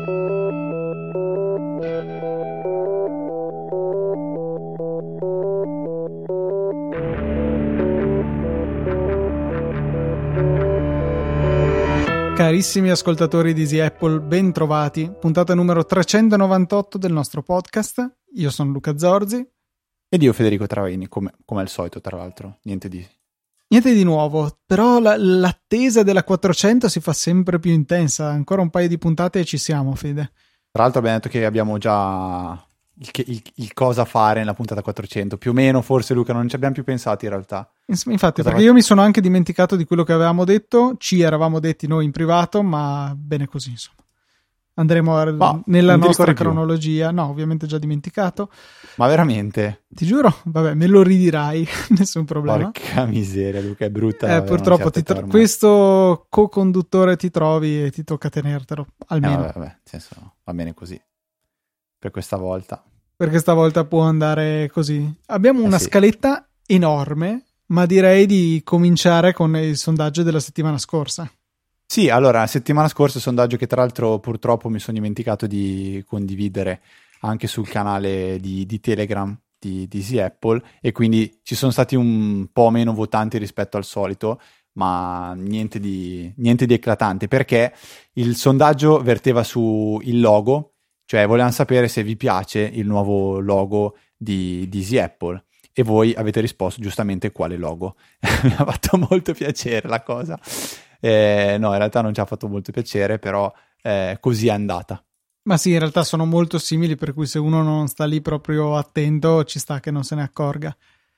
Carissimi ascoltatori di Easy Apple, ben trovati. Puntata numero 398 del nostro podcast. Io sono Luca Zorzi. Ed io Federico Travaini, come al solito, tra l'altro. Niente di nuovo, però l'attesa della 400 si fa sempre più intensa. Ancora un paio di puntate e ci siamo, Fede. Tra l'altro abbiamo detto che abbiamo già il cosa fare nella puntata 400. Più o meno, forse, Luca, non ci abbiamo più pensato in realtà. Infatti, perché io mi sono anche dimenticato di quello che avevamo detto. Ci eravamo detti noi in privato, ma bene così, insomma. Andremo nella nostra cronologia. No, ovviamente già dimenticato. Ma veramente? Ti giuro? Vabbè, me lo ridirai, nessun problema. Porca miseria, Luca, è brutta. Purtroppo questo co-conduttore ti trovi e ti tocca tenertelo, almeno. Vabbè, nel senso, va bene così. Per questa volta. Perché stavolta può andare così. Abbiamo una scaletta enorme, ma direi di cominciare con il sondaggio della settimana scorsa. Sì, allora, la settimana scorsa il sondaggio che tra l'altro purtroppo mi sono dimenticato di condividere anche sul canale di Telegram di Easy Apple, e quindi ci sono stati un po' meno votanti rispetto al solito, ma niente di eclatante, perché il sondaggio verteva su il logo, cioè volevano sapere se vi piace il nuovo logo di Easy Apple, e voi avete risposto giustamente quale logo. Mi ha fatto molto piacere la cosa. No, in realtà non ci ha fatto molto piacere, però così è andata. Ma sì, in realtà sono molto simili, per cui se uno non sta lì proprio attento ci sta che non se ne accorga.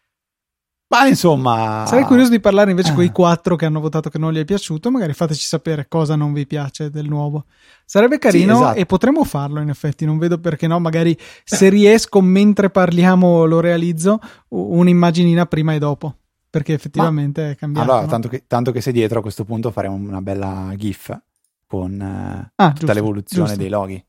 Ma insomma, sarei curioso di parlare invece con i 4 che hanno votato che non gli è piaciuto. Magari fateci sapere cosa non vi piace del nuovo. Sarebbe carino, sì, esatto. E potremmo farlo in effetti, non vedo perché no. Magari se riesco mentre parliamo lo realizzo, un'immaginina prima e dopo, perché effettivamente è cambiato. Allora, no? tanto che sei dietro, a questo punto faremo una bella gif con tutta l'evoluzione dei loghi.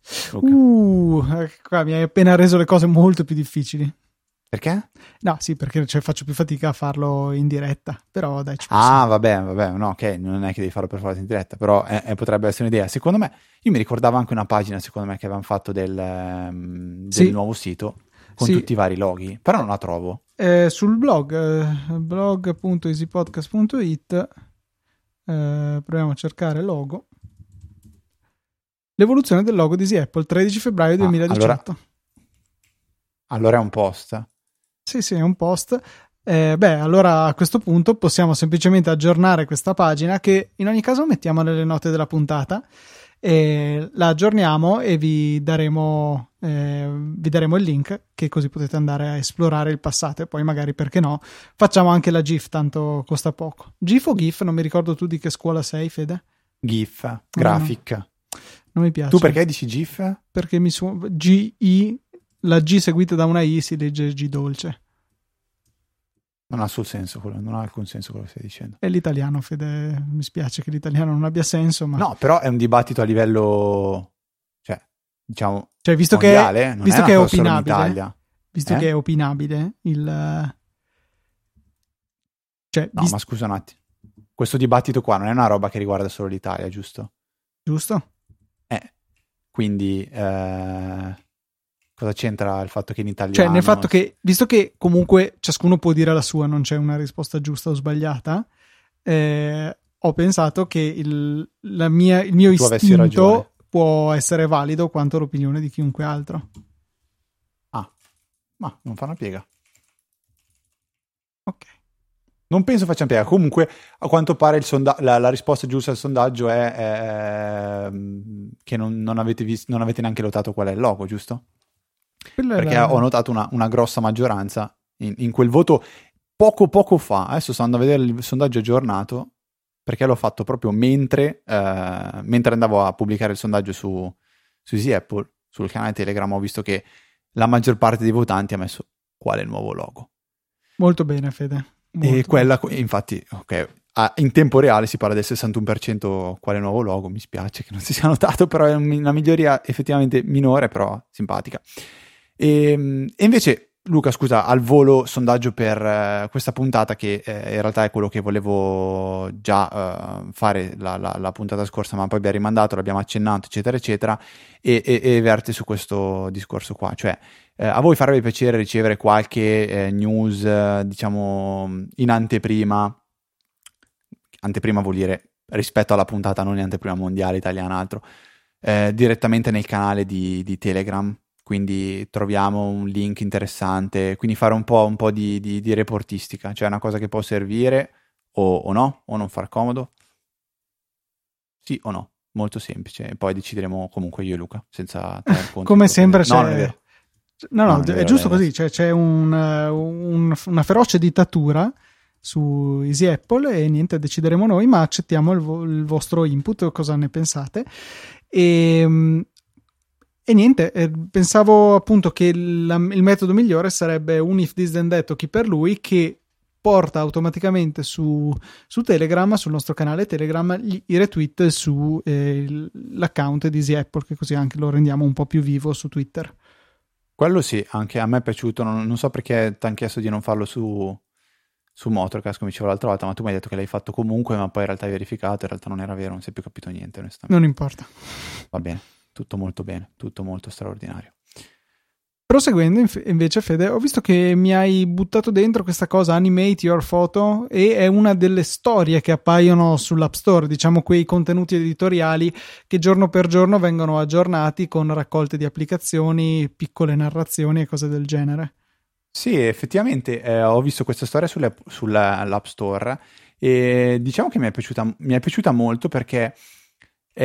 Qua mi hai appena reso le cose molto più difficili. Perché? No, sì, perché faccio più fatica a farlo in diretta, però dai, ci possiamo. Ah, vabbè, no, ok, non è che devi farlo per forza in diretta, però potrebbe essere un'idea. Secondo me, io mi ricordavo anche una pagina, secondo me, che avevamo fatto del nuovo sito, con tutti i vari loghi, però non la trovo. Sul blog, blog.easypodcast.it, proviamo a cercare logo. L'evoluzione del logo di Easy Apple, 13 febbraio 2018. Allora è un post? Sì, è un post. Allora a questo punto possiamo semplicemente aggiornare questa pagina, che in ogni caso mettiamo nelle note della puntata. La aggiorniamo e vi daremo il link, che così potete andare a esplorare il passato, e poi magari, perché no, facciamo anche la GIF, tanto costa poco. GIF o GIF? Non mi ricordo tu di che scuola sei, Fede? GIF, graphic. Non mi piace. Tu perché dici GIF? Perché mi suona GI, la G seguita da una I si legge G dolce. Non ha sul senso quello, non ha alcun senso quello che stai dicendo. È l'italiano, Fede, mi spiace che l'italiano non abbia senso, ma... No, però è un dibattito a livello, diciamo, visto mondiale, visto che è opinabile, in Italia. Visto che è opinabile il... ma scusa un attimo, questo dibattito qua non è una roba che riguarda solo l'Italia, giusto? Giusto. Quindi... cosa c'entra il fatto che in italiano... nel fatto che, visto che comunque ciascuno può dire la sua, non c'è una risposta giusta o sbagliata, ho pensato che il mio istinto può essere valido quanto l'opinione di chiunque altro. Ma non fa una piega. Ok. Non penso faccia piega. Comunque, a quanto pare la risposta giusta al sondaggio è che non avete neanche notato qual è il logo, giusto? Perché ho notato una grossa maggioranza in quel voto poco fa. Adesso sto andando a vedere il sondaggio aggiornato, perché l'ho fatto proprio mentre andavo a pubblicare il sondaggio su Easy Apple, sul canale Telegram. Ho visto che la maggior parte dei votanti ha messo qual è il nuovo logo. Molto bene, Fede. E quella, infatti, in tempo reale si parla del 61% quale nuovo logo. Mi spiace che non si sia notato, però è una miglioria effettivamente minore, però simpatica. E invece Luca, scusa, al volo sondaggio per questa puntata che in realtà è quello che volevo già fare la puntata scorsa, ma poi abbiamo rimandato, l'abbiamo accennato, eccetera, eccetera, e verte su questo discorso qua. Cioè, a voi farebbe piacere ricevere qualche news, diciamo, in anteprima? Anteprima vuol dire rispetto alla puntata, non in anteprima mondiale, italiana, altro, direttamente nel canale di Telegram. Quindi troviamo un link interessante, quindi fare un po' di reportistica, cioè una cosa che può servire o no, o non far comodo, sì o no, molto semplice, e poi decideremo comunque io e Luca, senza tener conto. Come sempre c'è... No, non è vero. No, è giusto così, cioè, c'è una feroce dittatura su Easy Apple e niente, decideremo noi, ma accettiamo il vostro input, cosa ne pensate. E niente, pensavo appunto che il metodo migliore sarebbe un if this then that o chi per lui, che porta automaticamente su Telegram, sul nostro canale Telegram, i retweet su l'account di Easy Apple, che così anche lo rendiamo un po' più vivo su Twitter. Quello sì, anche a me è piaciuto, non so perché ti hanno chiesto di non farlo su Motorcast, come dicevo l'altra volta, ma tu mi hai detto che l'hai fatto comunque, ma poi in realtà hai verificato, in realtà non era vero, non si è più capito niente, onestamente. Non importa. Va bene. Tutto molto bene, tutto molto straordinario. Proseguendo invece, Fede, ho visto che mi hai buttato dentro questa cosa Animate Your Photo, e è una delle storie che appaiono sull'App Store, diciamo quei contenuti editoriali che giorno per giorno vengono aggiornati con raccolte di applicazioni, piccole narrazioni e cose del genere. Sì, effettivamente ho visto questa storia sull'App Store e diciamo che mi è piaciuta molto, perché è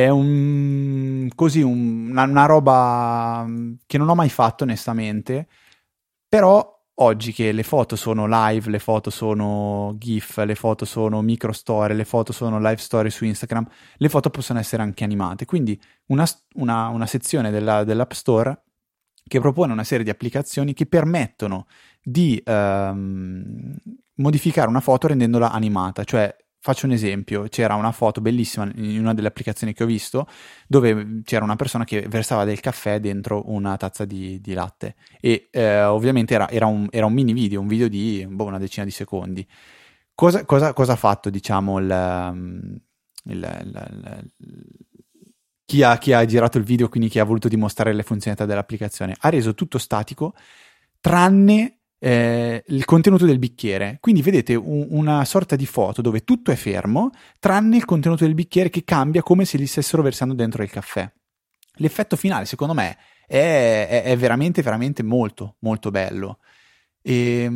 una roba che non ho mai fatto onestamente, però oggi che le foto sono live, le foto sono GIF, le foto sono micro storie, le foto sono live story su Instagram, le foto possono essere anche animate, quindi una sezione dell'App Store che propone una serie di applicazioni che permettono di modificare una foto rendendola animata. Cioè, faccio un esempio, c'era una foto bellissima in una delle applicazioni che ho visto, dove c'era una persona che versava del caffè dentro una tazza di latte, e ovviamente era un mini video, un video di una decina di secondi. Cosa ha fatto, diciamo, chi ha girato il video, quindi chi ha voluto dimostrare le funzionalità dell'applicazione? Ha reso tutto statico, tranne il contenuto del bicchiere. Quindi vedete una sorta di foto dove tutto è fermo, tranne il contenuto del bicchiere che cambia come se gli stessero versando dentro il caffè. L'effetto finale, secondo me, è veramente, veramente molto, molto bello. A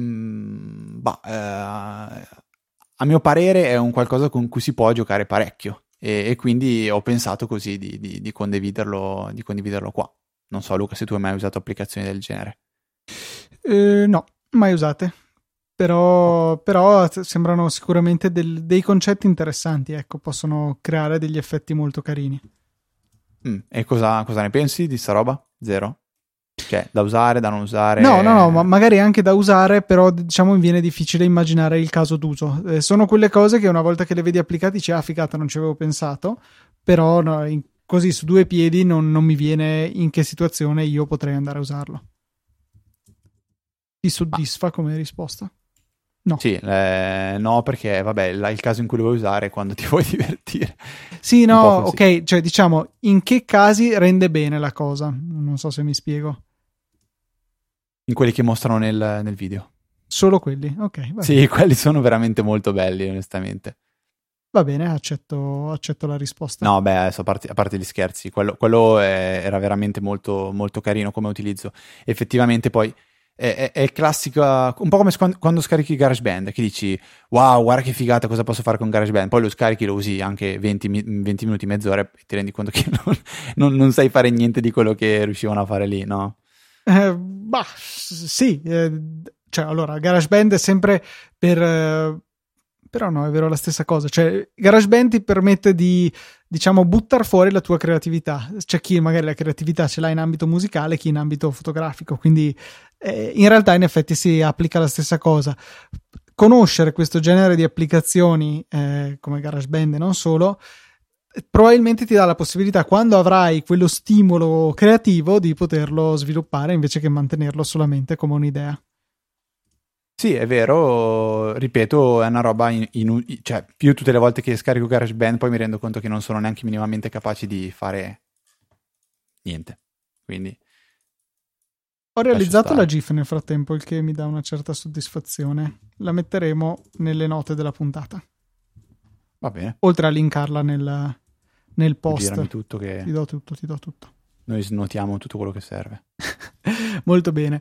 mio parere è un qualcosa con cui si può giocare parecchio, e quindi ho pensato così di condividerlo qua. Non so, Luca, se tu hai mai usato applicazioni del genere. No, mai usate, però sembrano sicuramente dei concetti interessanti, ecco, possono creare degli effetti molto carini. E cosa ne pensi di sta roba? Zero? Cioè, da usare, da non usare? No, ma magari anche da usare, però diciamo mi viene difficile immaginare il caso d'uso. Sono quelle cose che una volta che le vedi applicate dici, figata, non ci avevo pensato, però no, così su due piedi non mi viene in che situazione io potrei andare a usarlo. Ti soddisfa come risposta? No. Sì, no, perché vabbè, il caso in cui lo vuoi usare è quando ti vuoi divertire. Sì, no, ok, cioè diciamo in che casi rende bene la cosa, non so se mi spiego. In quelli che mostrano nel video. Solo quelli, ok. Sì, quelli sono veramente molto belli, onestamente. Va bene, accetto la risposta. No, beh, adesso a parte gli scherzi, quello era veramente molto, molto carino come utilizzo. Effettivamente poi è il classico, un po' come quando scarichi GarageBand, che dici wow, guarda che figata, cosa posso fare con GarageBand, poi lo scarichi, lo usi anche 20 minuti, mezz'ora, e ti rendi conto che non sai fare niente di quello che riuscivano a fare lì, no? Sì, cioè allora GarageBand è sempre però no, è vero la stessa cosa, cioè GarageBand ti permette di, diciamo, buttare fuori la tua creatività. C'è chi magari la creatività ce l'ha in ambito musicale, chi in ambito fotografico, quindi in realtà in effetti si applica la stessa cosa. Conoscere questo genere di applicazioni come GarageBand e non solo, probabilmente ti dà la possibilità, quando avrai quello stimolo creativo, di poterlo sviluppare invece che mantenerlo solamente come un'idea. Sì, è vero, ripeto, è una roba cioè, più tutte le volte che scarico GarageBand poi mi rendo conto che non sono neanche minimamente capaci di fare niente. Quindi Ho lascio realizzato la stare. GIF nel frattempo, il che mi dà una certa soddisfazione. La metteremo nelle note della puntata, Va bene, oltre a linkarla nel tu post. girami tutto che Ti do tutto, ti do tutto. noi snotiamo tutto quello che serve. Molto bene.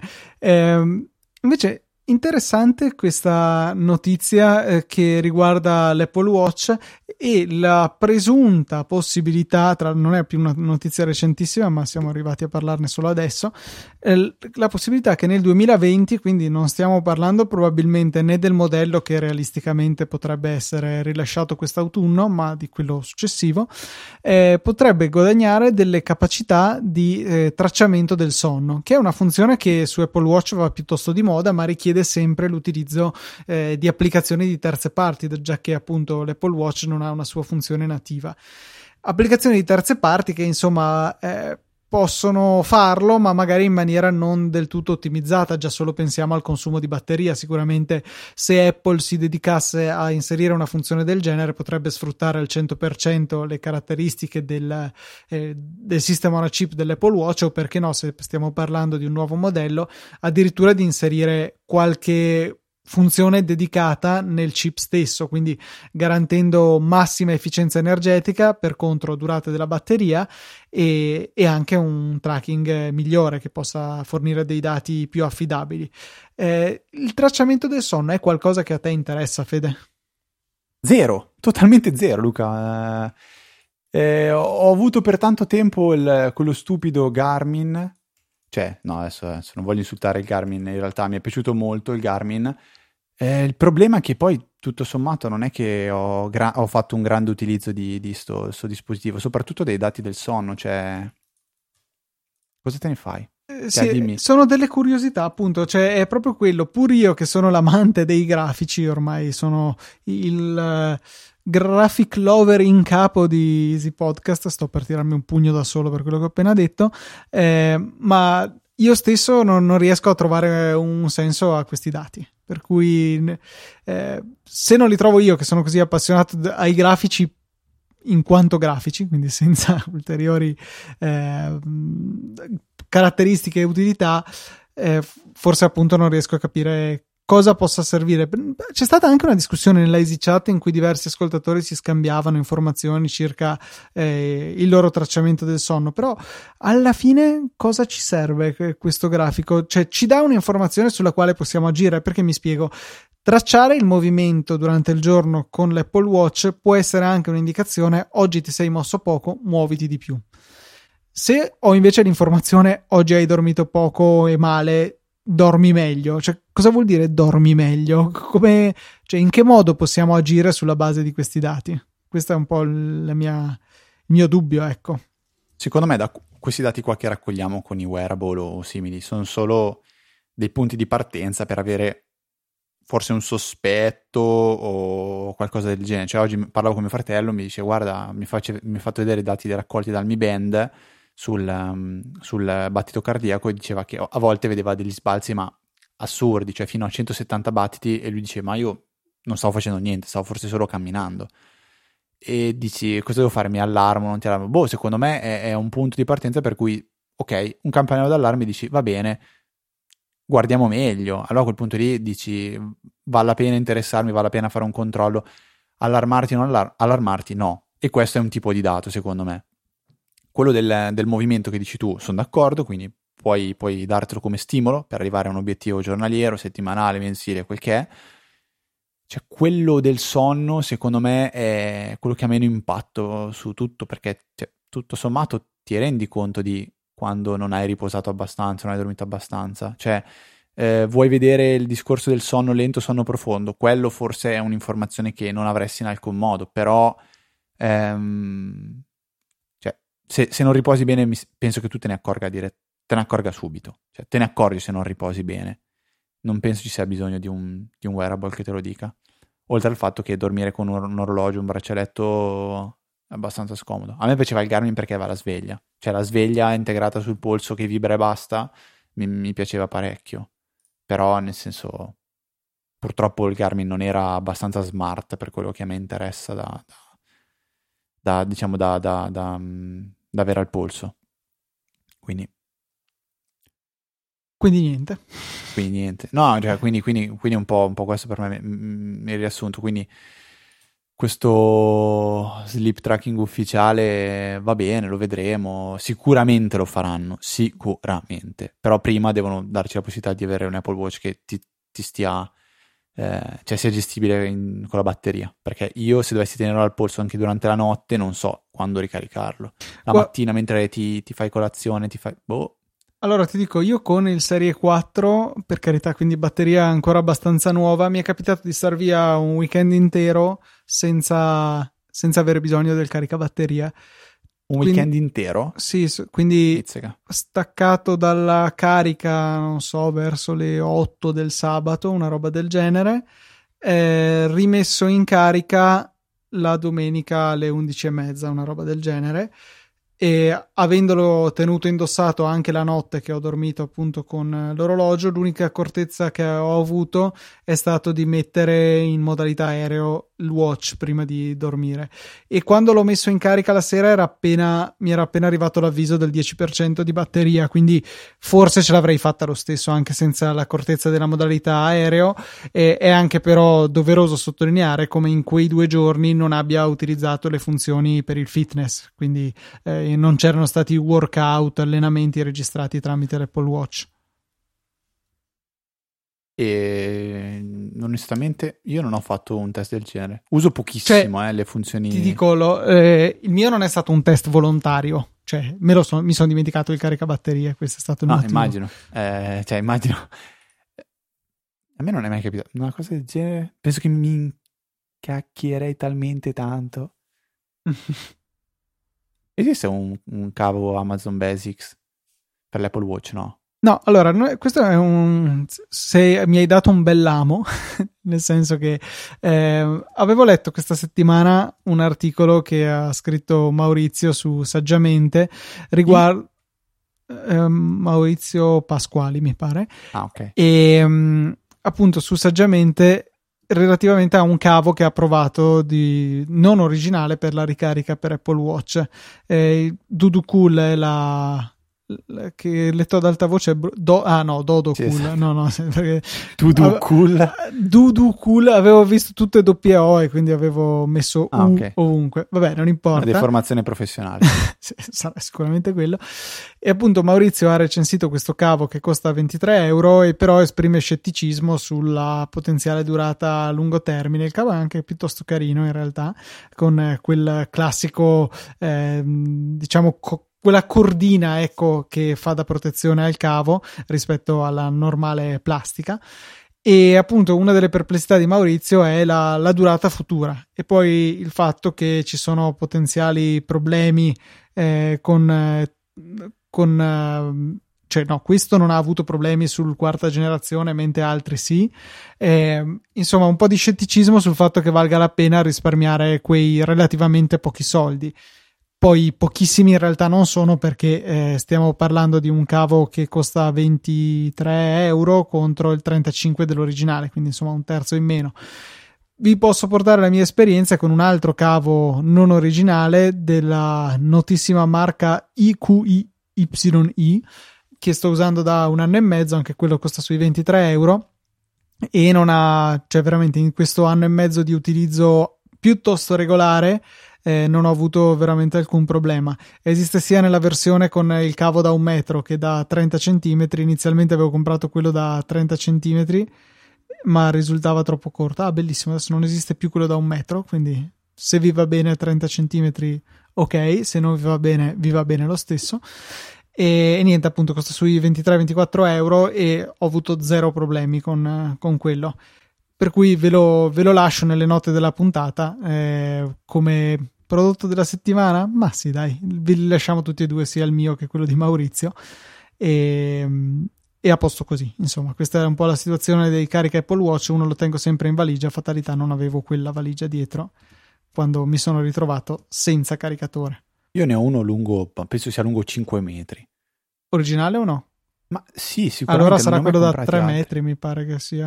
Invece, interessante questa notizia che riguarda l'Apple Watch e la presunta possibilità, non è più una notizia recentissima, ma siamo arrivati a parlarne solo adesso, la possibilità che nel 2020, quindi non stiamo parlando probabilmente né del modello che realisticamente potrebbe essere rilasciato quest'autunno, ma di quello successivo, potrebbe guadagnare delle capacità di tracciamento del sonno, che è una funzione che su Apple Watch va piuttosto di moda, ma richiede sempre l'utilizzo di applicazioni di terze parti, già che appunto l'Apple Watch non ha una sua funzione nativa. Applicazioni di terze parti che insomma possono farlo, ma magari in maniera non del tutto ottimizzata. Già solo pensiamo al consumo di batteria. Sicuramente se Apple si dedicasse a inserire una funzione del genere potrebbe sfruttare al 100% le caratteristiche del sistema on a chip dell'Apple Watch, o perché no, se stiamo parlando di un nuovo modello, addirittura di inserire qualche funzione dedicata nel chip stesso, quindi garantendo massima efficienza energetica, per contro durata della batteria e anche un tracking migliore che possa fornire dei dati più affidabili. Il tracciamento del sonno è qualcosa che a te interessa, Fede? Zero, totalmente zero, Luca. Ho avuto per tanto tempo quello stupido Garmin. Cioè, no, adesso non voglio insultare il Garmin, in realtà mi è piaciuto molto il Garmin. Il problema è che poi, tutto sommato, non è che ho fatto un grande utilizzo di sto dispositivo, soprattutto dei dati del sonno, cioè... Cosa te ne fai? Cioè, Sì, dimmi. sono delle curiosità, appunto, cioè è proprio quello. Pur io che sono l'amante dei grafici, ormai sono il graphic lover in capo di Easy Podcast, sto per tirarmi un pugno da solo per quello che ho appena detto, ma io stesso non riesco a trovare un senso a questi dati. Per cui se non li trovo io, che sono così appassionato ai grafici in quanto grafici, quindi senza ulteriori caratteristiche e utilità, forse appunto non riesco a capire cosa possa servire. C'è stata anche una discussione nella Easy Chat in cui diversi ascoltatori si scambiavano informazioni circa il loro tracciamento del sonno, però alla fine cosa ci serve questo grafico? Cioè ci dà un'informazione sulla quale possiamo agire, perché mi spiego. Tracciare il movimento durante il giorno con l'Apple Watch può essere anche un'indicazione: oggi ti sei mosso poco, muoviti di più. Se ho invece l'informazione oggi hai dormito poco e male, dormi meglio, cioè cosa vuol dire dormi meglio? Come, cioè, in che modo possiamo agire sulla base di questi dati? Questo è un po' il mio dubbio, ecco. Secondo me, da questi dati qua che raccogliamo con i wearable o simili, sono solo dei punti di partenza per avere forse un sospetto o qualcosa del genere. Cioè, oggi parlavo con mio fratello, mi dice: guarda, mi ha fatto vedere i dati raccolti dal Mi Band sul battito cardiaco, e diceva che a volte vedeva degli sbalzi ma assurdi, cioè fino a 170 battiti, e lui dice: ma io non stavo facendo niente, stavo forse solo camminando. E dici: cosa devo fare? Mi allarmo, non ti allarmo? Boh, secondo me è un punto di partenza per cui, ok, un campanello d'allarme, dici va bene, guardiamo meglio. Allora a quel punto lì dici: vale la pena interessarmi, vale la pena fare un controllo, allarmarti o non allarmarti? No. E questo è un tipo di dato, secondo me. Quello del movimento che dici tu, sono d'accordo, quindi puoi dartelo come stimolo per arrivare a un obiettivo giornaliero, settimanale, mensile, quel che è. Cioè, quello del sonno, secondo me, è quello che ha meno impatto su tutto, perché cioè, tutto sommato ti rendi conto di quando non hai riposato abbastanza, non hai dormito abbastanza. Cioè, vuoi vedere il discorso del sonno lento, sonno profondo? Quello forse è un'informazione che non avresti in alcun modo, però cioè, se non riposi bene, penso che tu te ne accorga subito. Cioè, te ne accorgi se non riposi bene. Non penso ci sia bisogno di un wearable che te lo dica. Oltre al fatto che dormire con un orologio, un braccialetto è abbastanza scomodo. A me piaceva il Garmin perché aveva la sveglia. Cioè la sveglia integrata sul polso che vibra e basta, mi piaceva parecchio. Però nel senso, purtroppo il Garmin non era abbastanza smart per quello che a me interessa diciamo da avere al polso. Quindi niente. Quindi niente. No, cioè, quindi un po' questo per me mi riassunto. Quindi questo sleep tracking ufficiale va bene, lo vedremo. Sicuramente lo faranno, sicuramente. Però prima devono darci la possibilità di avere un Apple Watch che ti stia... cioè sia gestibile con la batteria, perché io se dovessi tenerlo al polso anche durante la notte non so quando ricaricarlo. La mattina mentre ti fai colazione, ti fai... boh. Allora ti dico, io con il Serie 4, per carità, quindi batteria ancora abbastanza nuova, mi è capitato di star via un weekend intero senza avere bisogno del caricabatteria. Weekend intero? Sì, quindi Pizzega. Staccato dalla carica, non so, verso le 8 del sabato, una roba del genere, rimesso in carica la domenica alle 11:30, una roba del genere. E avendolo tenuto indossato anche la notte che ho dormito appunto con l'orologio, l'unica accortezza che ho avuto è stato di mettere in modalità aereo il watch prima di dormire, e quando l'ho messo in carica la sera mi era appena arrivato l'avviso del 10% di batteria, quindi forse ce l'avrei fatta lo stesso anche senza l'accortezza della modalità aereo. E è anche però doveroso sottolineare come in quei 2 giorni non abbia utilizzato le funzioni per il fitness, quindi non c'erano stati workout, allenamenti registrati tramite l'Apple Watch. E onestamente io non ho fatto un test del genere, uso pochissimo le funzioni. Ti dico, il mio non è stato un test volontario, cioè mi sono dimenticato il caricabatterie, questo è stato il motivo. Immagino, immagino. A me non è mai capitato una cosa del genere, penso che mi incacchierei talmente tanto. Esiste un cavo Amazon Basics per l'Apple Watch, no? No, allora, questo è se mi hai dato un bell'amo, nel senso che avevo letto questa settimana un articolo che ha scritto Maurizio su Saggiamente riguardo Maurizio Pasquali, mi pare. Ah, ok. E appunto su Saggiamente relativamente a un cavo che ha provato di non originale per la ricarica per Apple Watch. Dudu Cool è che letto ad alta voce Dodo sì, Cool, sì. no perché Dudu Cool avevo visto tutte doppie O e quindi avevo messo okay. ovunque, vabbè, non importa, una deformazione professionale. Sarà sicuramente quello. E appunto Maurizio ha recensito questo cavo che costa 23 euro e però esprime scetticismo sulla potenziale durata a lungo termine. Il cavo è anche piuttosto carino in realtà, con quel classico diciamo quella cordina, ecco, che fa da protezione al cavo rispetto alla normale plastica. E appunto una delle perplessità di Maurizio è la durata futura e poi il fatto che ci sono potenziali problemi cioè no, questo non ha avuto problemi sul 4ª generazione mentre altri sì. Insomma, un po' di scetticismo sul fatto che valga la pena risparmiare quei relativamente pochi soldi. Poi pochissimi in realtà non sono, perché stiamo parlando di un cavo che costa 23 euro contro il 35 dell'originale, quindi insomma un terzo in meno. Vi posso portare la mia esperienza con un altro cavo non originale della notissima marca IQIYI che sto usando da 1 anno e mezzo, anche quello costa sui 23 euro e non ha, cioè veramente in questo anno e mezzo di utilizzo piuttosto regolare non ho avuto veramente alcun problema. Esiste sia nella versione con il cavo da 1 metro che da 30 centimetri. Inizialmente avevo comprato quello da 30 centimetri ma risultava troppo corto. Bellissimo, adesso non esiste più quello da 1 metro, quindi se vi va bene 30 centimetri ok, se non vi va bene lo stesso. E niente, appunto costa sui 23-24 euro e ho avuto zero problemi con quello, per cui ve lo lascio nelle note della puntata come prodotto della settimana. Ma sì, dai, vi li lasciamo tutti e due, sia il mio che quello di Maurizio, e a posto così. Insomma, questa è un po' la situazione dei carica Apple Watch. Uno lo tengo sempre in valigia, fatalità non avevo quella valigia dietro quando mi sono ritrovato senza caricatore. Io ne ho uno lungo, penso sia lungo 5 metri. Originale o no? Ma sì, sicuramente. Allora sarà quello da 3 metri, mi pare che sia.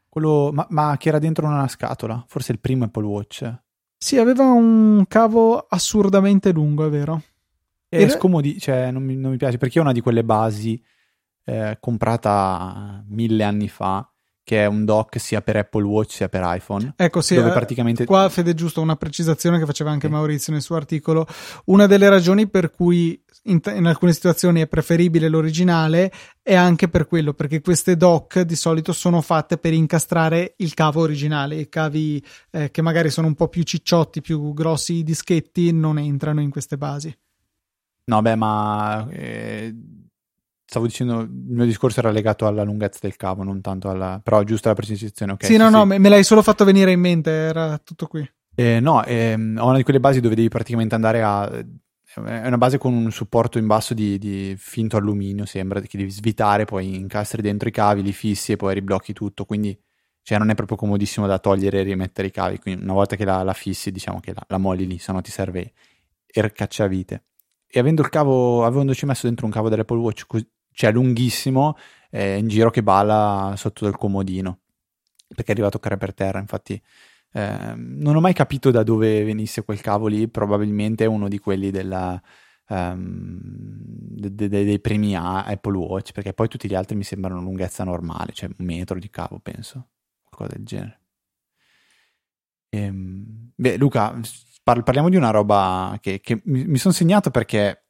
Quello, ma che era dentro una scatola, forse il primo Apple Watch. Sì, aveva un cavo assurdamente lungo, è vero. È cioè non mi piace, perché è una di quelle basi comprata 1000 anni fa, che è un dock sia per Apple Watch sia per iPhone. Ecco, sì, dove praticamente... qua Fede, giusto una precisazione che faceva anche sì. Maurizio nel suo articolo. Una delle ragioni per cui in alcune situazioni è preferibile l'originale è anche per quello, perché queste dock di solito sono fatte per incastrare il cavo originale. I cavi che magari sono un po' più cicciotti, più grossi, i dischetti, non entrano in queste basi. No, beh, ma stavo dicendo, il mio discorso era legato alla lunghezza del cavo, non tanto alla... però giusto la precisazione, ok? Sì, no, me l'hai solo fatto venire in mente, era tutto qui. No, ho una di quelle basi dove devi praticamente andare a... È una base con un supporto in basso di finto alluminio, sembra, che devi svitare, poi incastri dentro i cavi, li fissi e poi riblocchi tutto, quindi cioè, non è proprio comodissimo da togliere e rimettere i cavi, quindi una volta che la fissi, diciamo che la molli lì, se no ti serve il cacciavite. E avendoci messo dentro un cavo dell'Apple Watch cioè lunghissimo, in giro che balla sotto del comodino, perché arriva a toccare per terra. Infatti non ho mai capito da dove venisse quel cavo lì, probabilmente è uno di quelli dei primi Apple Watch, perché poi tutti gli altri mi sembrano lunghezza normale, cioè 1 metro di cavo, penso, qualcosa del genere. Beh, Luca, parliamo di una roba che mi sono segnato, perché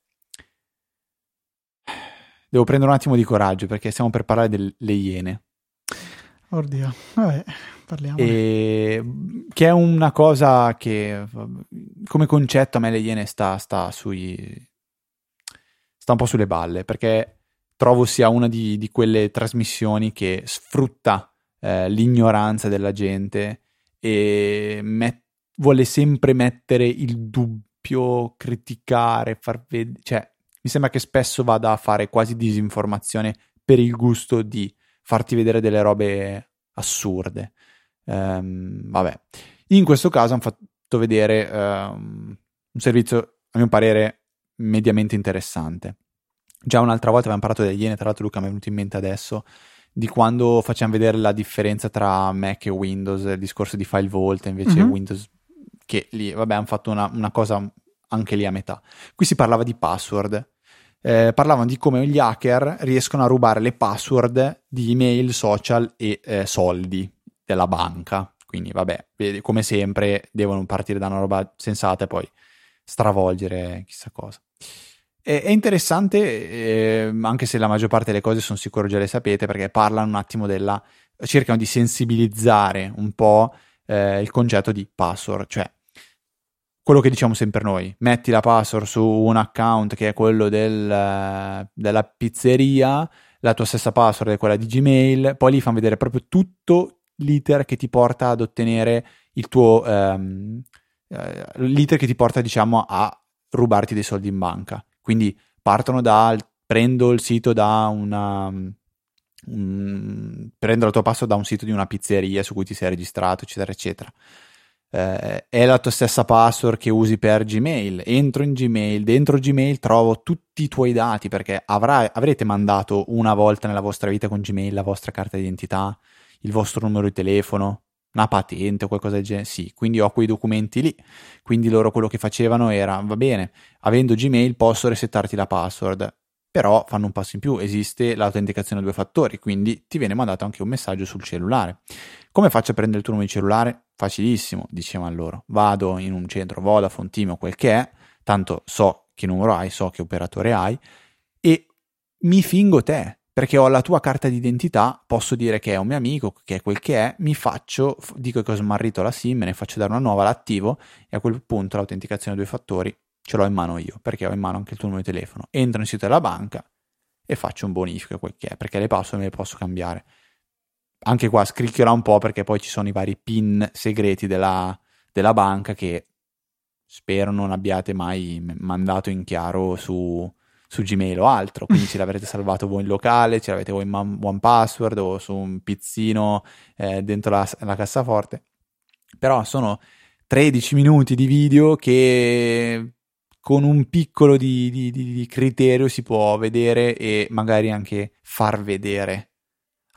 devo prendere un attimo di coraggio, perché stiamo per parlare delle Iene. Oddio, vabbè, parliamone. Che è una cosa che come concetto a me le Iene sta un po' sulle balle, perché trovo sia una di quelle trasmissioni che sfrutta l'ignoranza della gente e vuole sempre mettere il dubbio, criticare, far vedere, cioè mi sembra che spesso vada a fare quasi disinformazione per il gusto di farti vedere delle robe assurde. Vabbè, in questo caso hanno fatto vedere un servizio, a mio parere, mediamente interessante. Già un'altra volta avevamo parlato delle Iene, tra l'altro Luca mi è venuto in mente adesso, di quando facciamo vedere la differenza tra Mac e Windows, il discorso di file vault, invece Windows, che lì, vabbè, hanno fatto una cosa anche lì a metà. Qui si parlava di password, parlavano di come gli hacker riescono a rubare le password di email, social e soldi della banca. Quindi vabbè, come sempre devono partire da una roba sensata e poi stravolgere chissà cosa. È interessante, anche se la maggior parte delle cose sono sicuro già le sapete, perché parlano un attimo cercano di sensibilizzare un po' il concetto di password, cioè quello che diciamo sempre noi: metti la password su un account che è quello della pizzeria, la tua stessa password è quella di Gmail, poi lì fanno vedere proprio tutto l'iter che ti porta ad ottenere il tuo l'iter che ti porta, diciamo, a rubarti dei soldi in banca. Quindi partono prendo il sito prendo la tua password da un sito di una pizzeria su cui ti sei registrato, eccetera eccetera. È la tua stessa password che usi per Gmail, entro in Gmail, dentro Gmail trovo tutti i tuoi dati, perché avrete mandato una volta nella vostra vita con Gmail la vostra carta d'identità, il vostro numero di telefono, una patente o qualcosa del genere. Sì, quindi ho quei documenti lì. Quindi loro quello che facevano era: va bene, avendo Gmail posso resettarti la password, però fanno un passo in più, esiste l'autenticazione a 2 fattori, quindi ti viene mandato anche un messaggio sul cellulare. Come faccio a prendere il tuo numero di cellulare? Facilissimo, dicevano loro: vado in un centro Vodafone, Team o quel che è, tanto so che numero hai, so che operatore hai, e mi fingo te, perché ho la tua carta d'identità, posso dire che è un mio amico, che è quel che è, dico che ho smarrito la SIM, me ne faccio dare una nuova, l'attivo, e a quel punto l'autenticazione a 2 fattori ce l'ho in mano io, perché ho in mano anche il tuo numero di telefono. Entro nel sito della banca e faccio un bonifico, quel che è, perché le password me le posso cambiare. Anche qua scricchiola un po', perché poi ci sono i vari PIN segreti della banca che spero non abbiate mai mandato in chiaro su Gmail o altro, quindi ce l'avrete salvato voi in locale, ce l'avete voi in OnePassword o su un pizzino dentro la cassaforte. Però sono 13 minuti di video che con un piccolo di criterio si può vedere e magari anche far vedere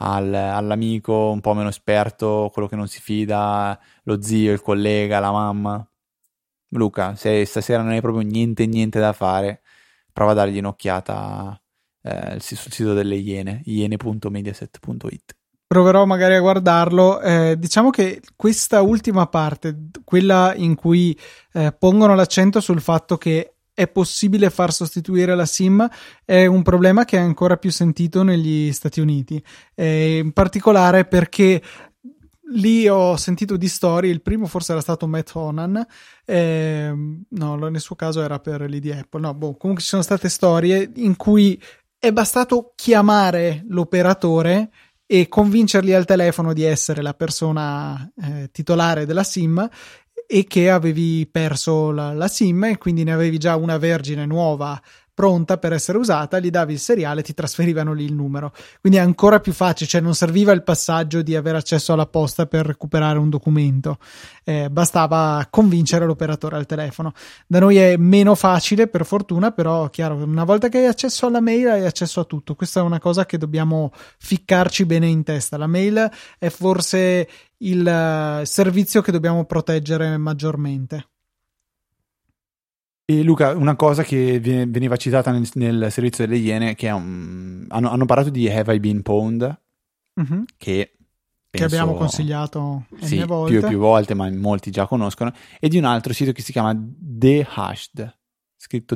all'amico un po' meno esperto, quello che non si fida, lo zio, il collega, la mamma. Luca, se stasera non hai proprio niente da fare, prova a dargli un'occhiata sul sito delle Iene, iene.mediaset.it. Proverò magari a guardarlo. Diciamo che questa ultima parte, quella in cui pongono l'accento sul fatto che è possibile far sostituire la SIM, è un problema che è ancora più sentito negli Stati Uniti, in particolare perché lì ho sentito di storie. Il primo forse era stato Matt Honan, no, nel suo caso era per lì di Apple. No, comunque ci sono state storie in cui è bastato chiamare l'operatore e convincerli al telefono di essere la persona titolare della SIM e che avevi perso la SIM e quindi ne avevi già una vergine nuova pronta per essere usata, gli davi il seriale, ti trasferivano lì il numero. Quindi è ancora più facile, cioè non serviva il passaggio di avere accesso alla posta per recuperare un documento, bastava convincere l'operatore al telefono. Da noi è meno facile, per fortuna, però chiaro, una volta che hai accesso alla mail hai accesso a tutto. Questa è una cosa che dobbiamo ficcarci bene in testa. La mail è forse il servizio che dobbiamo proteggere maggiormente. E Luca, una cosa che veniva citata nel servizio delle Iene, che è hanno parlato di Have I Been Pwned, che abbiamo consigliato sì, volte. più volte, ma molti già conoscono, e di un altro sito che si chiama TheHashed, scritto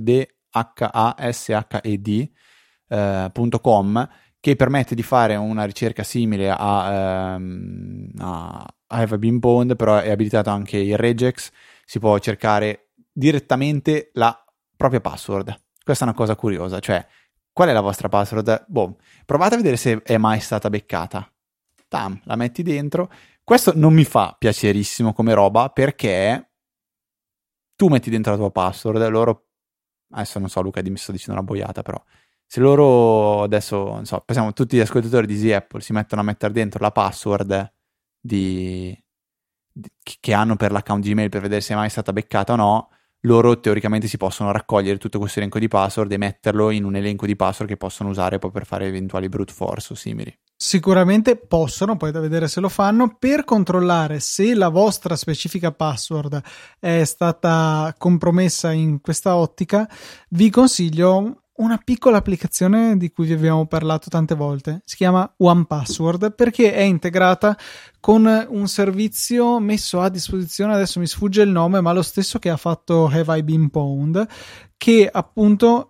TheHashed.com, che permette di fare una ricerca simile a Have I Been Pwned, però è abilitato anche il regex, si può cercare direttamente la propria password. Questa è una cosa curiosa, cioè qual è la vostra password? Provate a vedere se è mai stata beccata. Tam, la metti dentro. Questo non mi fa piacerissimo come roba, perché tu metti dentro la tua password, loro, adesso non so Luca, mi sto dicendo una boiata, però se loro adesso, non so, pensiamo tutti gli ascoltatori di Easy Apple si mettono a mettere dentro la password che hanno per l'account Gmail per vedere se è mai stata beccata o no, loro teoricamente si possono raccogliere tutto questo elenco di password e metterlo in un elenco di password che possono usare poi per fare eventuali brute force o simili. Sicuramente possono, poi da vedere se lo fanno. Per controllare se la vostra specifica password è stata compromessa in questa ottica, vi consiglio una piccola applicazione di cui vi abbiamo parlato tante volte. Si chiama OnePassword, perché è integrata con un servizio messo a disposizione, adesso mi sfugge il nome, ma lo stesso che ha fatto Have I Been Pwned, che appunto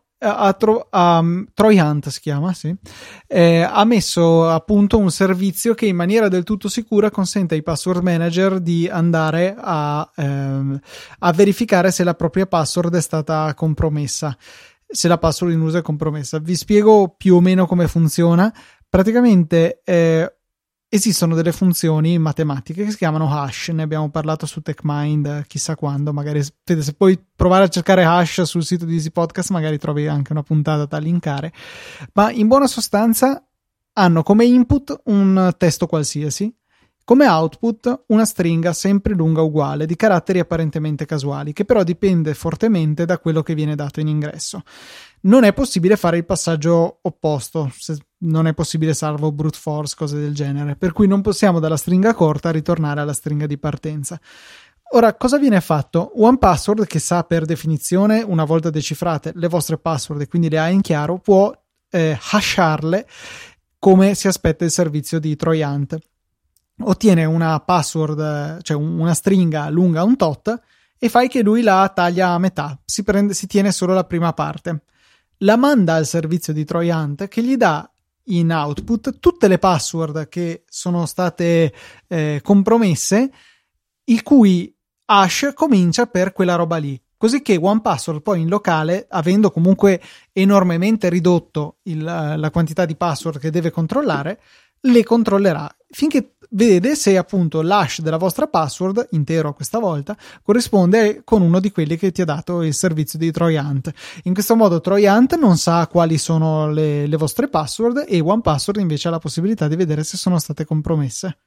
Troy Hunt si chiama, sì. Ha messo appunto un servizio che in maniera del tutto sicura consente ai password manager di andare a verificare se la propria password è stata compromessa, se la password in uso è compromessa. Vi spiego più o meno come funziona. Praticamente esistono delle funzioni matematiche che si chiamano hash, ne abbiamo parlato su TechMind chissà quando, magari se puoi provare a cercare hash sul sito di Easy Podcast magari trovi anche una puntata da linkare, ma in buona sostanza hanno come input un testo qualsiasi, come output una stringa sempre lunga uguale di caratteri apparentemente casuali, che però dipende fortemente da quello che viene dato in ingresso. Non è possibile fare il passaggio opposto, non è possibile salvo brute force, cose del genere, per cui non possiamo dalla stringa corta ritornare alla stringa di partenza. Ora, cosa viene fatto? OnePassword, che sa per definizione, una volta decifrate le vostre password e quindi le ha in chiaro, può hasharle come si aspetta il servizio di Troy Hunt. Ottiene una password, cioè una stringa lunga un tot, e fai che lui la taglia a metà, si tiene solo la prima parte, la manda al servizio di Troy Hunt, che gli dà in output tutte le password che sono state compromesse, il cui hash comincia per quella roba lì, così che OnePassword poi in locale, avendo comunque enormemente ridotto la quantità di password che deve controllare, le controllerà finché vede se appunto l'hash della vostra password, intero questa volta, corrisponde con uno di quelli che ti ha dato il servizio di Troy Hunt. In questo modo Troy Hunt non sa quali sono le vostre password e OnePassword invece ha la possibilità di vedere se sono state compromesse.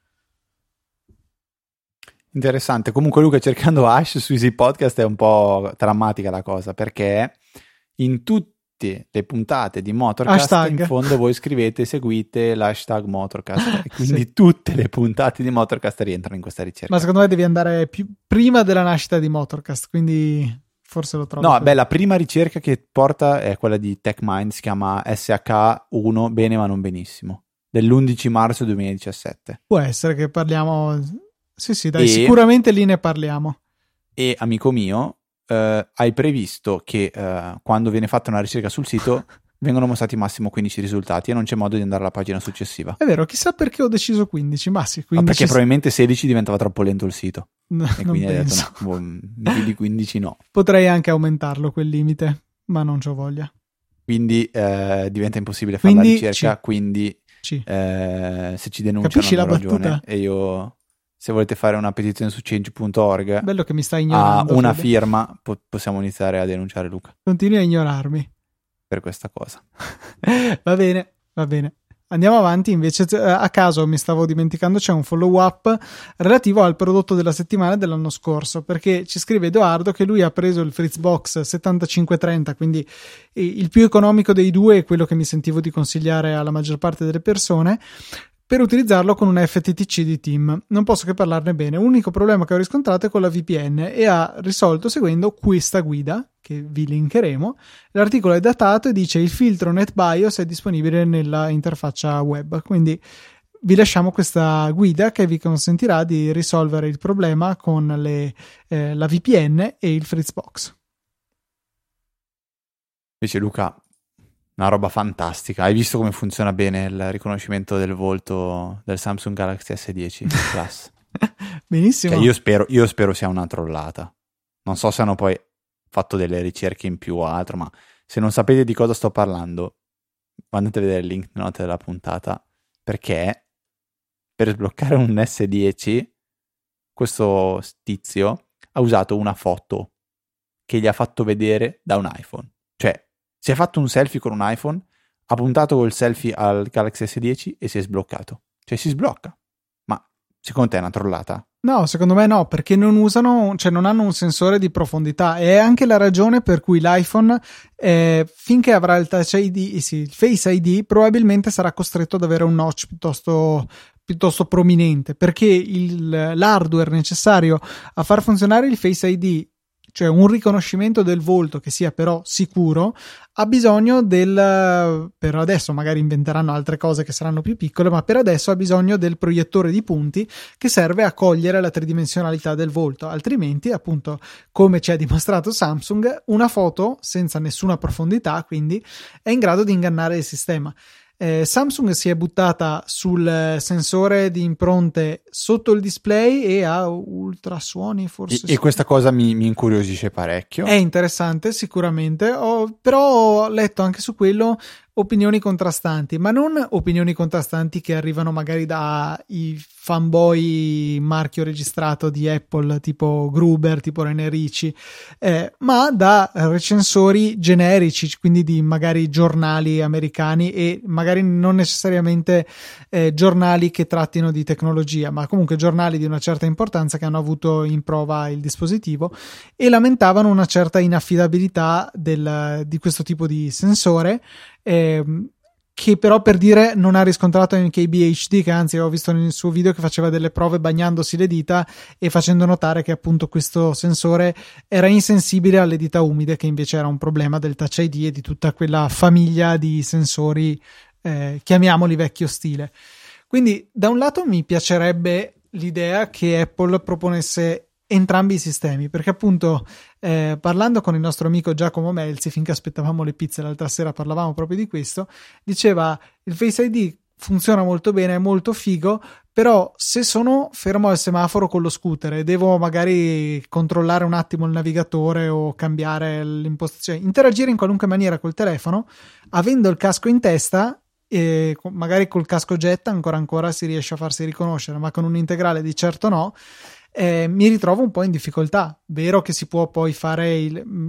Interessante. Comunque Luca, cercando hash su Easy Podcast è un po' drammatica la cosa, perché in tutti tutte le puntate di Motorcast, in fondo voi scrivete seguite l'hashtag Motorcast e quindi tutte le puntate di Motorcast rientrano in questa ricerca. Ma secondo me devi andare prima della nascita di Motorcast, quindi forse lo trovo. No, beh, la prima ricerca che porta è quella di TechMind, si chiama SH1 bene ma non benissimo, dell'11 marzo 2017. Può essere che parliamo... Sì, dai, sicuramente lì ne parliamo. E, amico mio, hai previsto che quando viene fatta una ricerca sul sito vengono mostrati massimo 15 risultati e non c'è modo di andare alla pagina successiva. È vero, chissà perché ho deciso 15, ma sì, 15... perché probabilmente 16 diventava troppo lento il sito. No, e quindi hai detto, no, di 15 no. Potrei anche aumentarlo quel limite, ma non c'ho voglia. Quindi diventa impossibile fare la ricerca, quindi se ci denunciano hanno ragione. E io... Se volete fare una petizione su change.org, bello che mi stai ignorando, a una firma, possiamo iniziare a denunciare Luca. Continui a ignorarmi. Per questa cosa. Va bene. Andiamo avanti, invece a caso mi stavo dimenticando, c'è un follow up relativo al prodotto della settimana dell'anno scorso, perché ci scrive Edoardo che lui ha preso il Fritzbox 7530, quindi il più economico dei due e quello che mi sentivo di consigliare alla maggior parte delle persone, per utilizzarlo con una FTTC di Team. Non posso che parlarne bene. L'unico problema che ho riscontrato è con la VPN e ha risolto seguendo questa guida, che vi linkeremo. L'articolo è datato e dice il filtro NetBIOS è disponibile nella interfaccia web, quindi vi lasciamo questa guida che vi consentirà di risolvere il problema con la VPN e il Fritzbox. Invece Luca, una roba fantastica. Hai visto come funziona bene il riconoscimento del volto del Samsung Galaxy S10 Plus? Benissimo. Cioè io spero sia una trollata. Non so se hanno poi fatto delle ricerche in più o altro, ma se non sapete di cosa sto parlando, andate a vedere il link nella nota della puntata, perché per sbloccare un S10 questo tizio ha usato una foto che gli ha fatto vedere da un iPhone. Cioè, si è fatto un selfie con un iPhone, ha puntato col selfie al Galaxy S10 e si è sbloccato. Cioè si sblocca. Ma secondo te è una trollata? No, secondo me no, perché non hanno un sensore di profondità. È anche la ragione per cui l'iPhone, finché avrà il Touch ID, il Face ID, probabilmente sarà costretto ad avere un notch piuttosto prominente, perché l'hardware necessario a far funzionare il Face ID, cioè un riconoscimento del volto che sia però sicuro, ha bisogno per adesso magari inventeranno altre cose che saranno più piccole, ma per adesso ha bisogno del proiettore di punti che serve a cogliere la tridimensionalità del volto, altrimenti appunto, come ci ha dimostrato Samsung, una foto senza nessuna profondità quindi è in grado di ingannare il sistema. Samsung si è buttata sul sensore di impronte sotto il display e ha ultrasuoni forse. E questa cosa mi incuriosisce parecchio. È interessante sicuramente, però ho letto anche su quello opinioni contrastanti, ma non opinioni contrastanti che arrivano magari dai fanboy marchio registrato di Apple tipo Gruber, tipo René Ricci, ma da recensori generici, quindi di magari giornali americani e magari non necessariamente giornali che trattino di tecnologia, ma comunque giornali di una certa importanza che hanno avuto in prova il dispositivo e lamentavano una certa inaffidabilità di questo tipo di sensore, che però, per dire, non ha riscontrato NKBHD, che anzi ho visto nel suo video che faceva delle prove bagnandosi le dita e facendo notare che appunto questo sensore era insensibile alle dita umide, che invece era un problema del Touch ID e di tutta quella famiglia di sensori, chiamiamoli vecchio stile. Quindi da un lato mi piacerebbe l'idea che Apple proponesse entrambi i sistemi, perché appunto parlando con il nostro amico Giacomo Melzi, finché aspettavamo le pizze l'altra sera parlavamo proprio di questo, diceva il Face ID funziona molto bene, è molto figo, però se sono fermo al semaforo con lo scooter e devo magari controllare un attimo il navigatore o cambiare l'impostazione, interagire in qualunque maniera col telefono, avendo il casco in testa, e magari col casco jet ancora si riesce a farsi riconoscere, ma con un integrale di certo no, mi ritrovo un po' in difficoltà. Vero che si può poi fare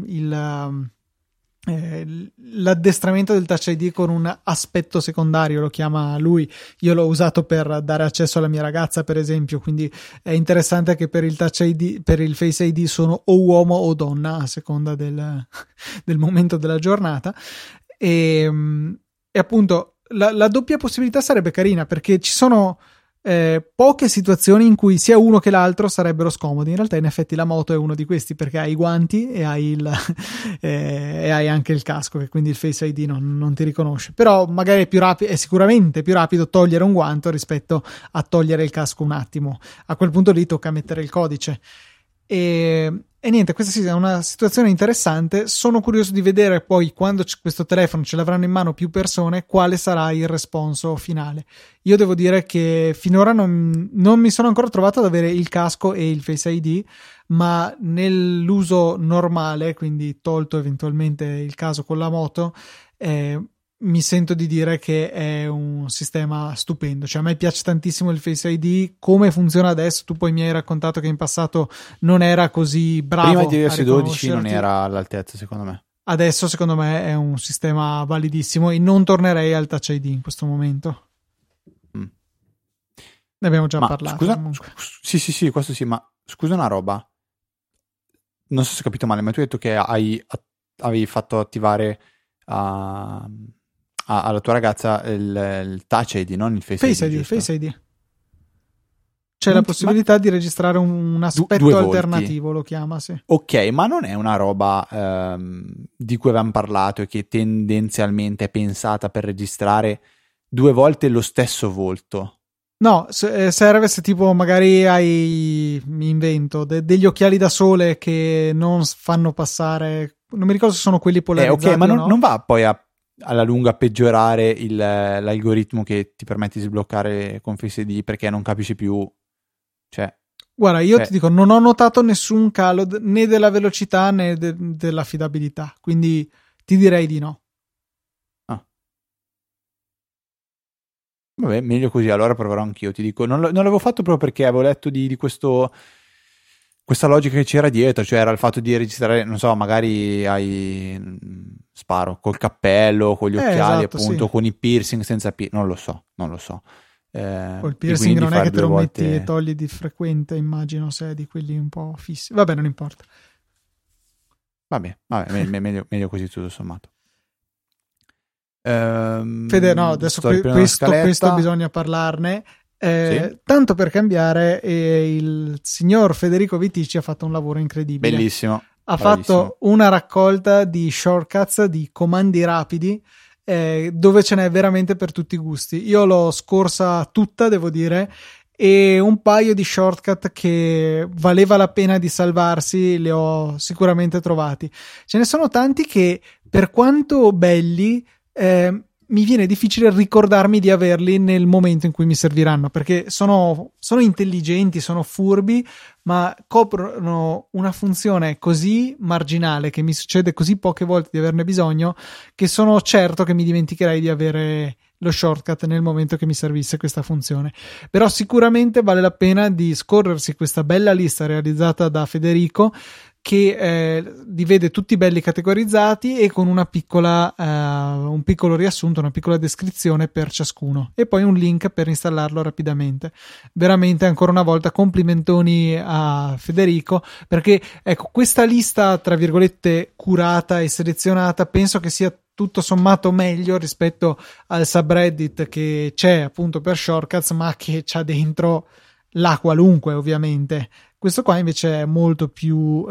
l'addestramento del Touch ID con un aspetto secondario, lo chiama lui. Io l'ho usato per dare accesso alla mia ragazza, per esempio, quindi è interessante che per il Touch ID, per il Face ID sono o uomo o donna a seconda del momento della giornata. E appunto la doppia possibilità sarebbe carina, perché ci sono poche situazioni in cui sia uno che l'altro sarebbero scomodi. In realtà in effetti la moto è uno di questi, perché hai i guanti e hai e hai anche il casco, che quindi il Face ID non ti riconosce. Però magari è sicuramente più rapido togliere un guanto rispetto a togliere il casco un attimo. A quel punto lì tocca mettere il codice. E niente, questa sì è una situazione interessante. Sono curioso di vedere poi, quando questo telefono ce l'avranno in mano più persone, quale sarà il responso finale. Io devo dire che finora non mi sono ancora trovato ad avere il casco e il Face ID, ma nell'uso normale, quindi tolto eventualmente il caso con la moto, mi sento di dire che è un sistema stupendo. Cioè, a me piace tantissimo il Face ID, come funziona adesso. Tu poi mi hai raccontato che in passato non era così bravo. Prima di iOS 12 non era all'altezza, secondo me. Adesso secondo me è un sistema validissimo e non tornerei al Touch ID in questo momento. Ne abbiamo già parlato. Scusa, sì, questo sì, ma scusa una roba. Non so se ho capito male, ma tu hai detto che avevi fatto attivare alla tua ragazza il Touch ID, non il Face ID. Face ID. C'è la possibilità di registrare un aspetto alternativo, lo chiama, sì. Ok, ma non è una roba di cui avevamo parlato e che tendenzialmente è pensata per registrare 2 volte lo stesso volto? No, serve se tipo magari mi invento, degli occhiali da sole che non fanno passare, non mi ricordo se sono quelli polarizzati ok, ma no? Non va poi alla lunga a peggiorare l'algoritmo che ti permette di sbloccare con Face ID, perché non capisci più, cioè... Guarda, io ti dico, non ho notato nessun calo né della velocità né dell'affidabilità, quindi ti direi di no. Vabbè, meglio così, allora proverò anch'io, ti dico. Non l'avevo fatto proprio perché avevo letto di questa logica che c'era dietro, cioè era il fatto di registrare, non so, magari sparo, col cappello, con gli occhiali, esatto, appunto, sì. Con i piercing, senza non lo so. Col piercing non è che te lo metti e togli di frequente, immagino, se è di quelli un po' fissi. Vabbè, non importa. Vabbè, meglio così tutto sommato. Fede, no, adesso questo bisogna parlarne. Sì? Tanto per cambiare, il signor Federico Vitici ha fatto un lavoro incredibile. Bellissimo. Ha fatto una raccolta di shortcuts, di comandi rapidi, dove ce n'è veramente per tutti i gusti. Io l'ho scorsa tutta, devo dire, e un paio di shortcut che valeva la pena di salvarsi li ho sicuramente trovati. Ce ne sono tanti che, per quanto belli, mi viene difficile ricordarmi di averli nel momento in cui mi serviranno, perché sono intelligenti, sono furbi, ma coprono una funzione così marginale, che mi succede così poche volte di averne bisogno, che sono certo che mi dimenticherei di avere lo shortcut nel momento che mi servisse questa funzione. Però sicuramente vale la pena di scorrersi questa bella lista realizzata da Federico, che li vede tutti belli categorizzati e con un piccolo riassunto, una piccola descrizione per ciascuno, e poi un link per installarlo rapidamente. Veramente, ancora una volta, complimentoni a Federico, perché ecco, questa lista tra virgolette curata e selezionata penso che sia tutto sommato meglio rispetto al subreddit che c'è appunto per shortcuts, ma che c'ha dentro la qualunque, ovviamente. Questo qua invece è molto più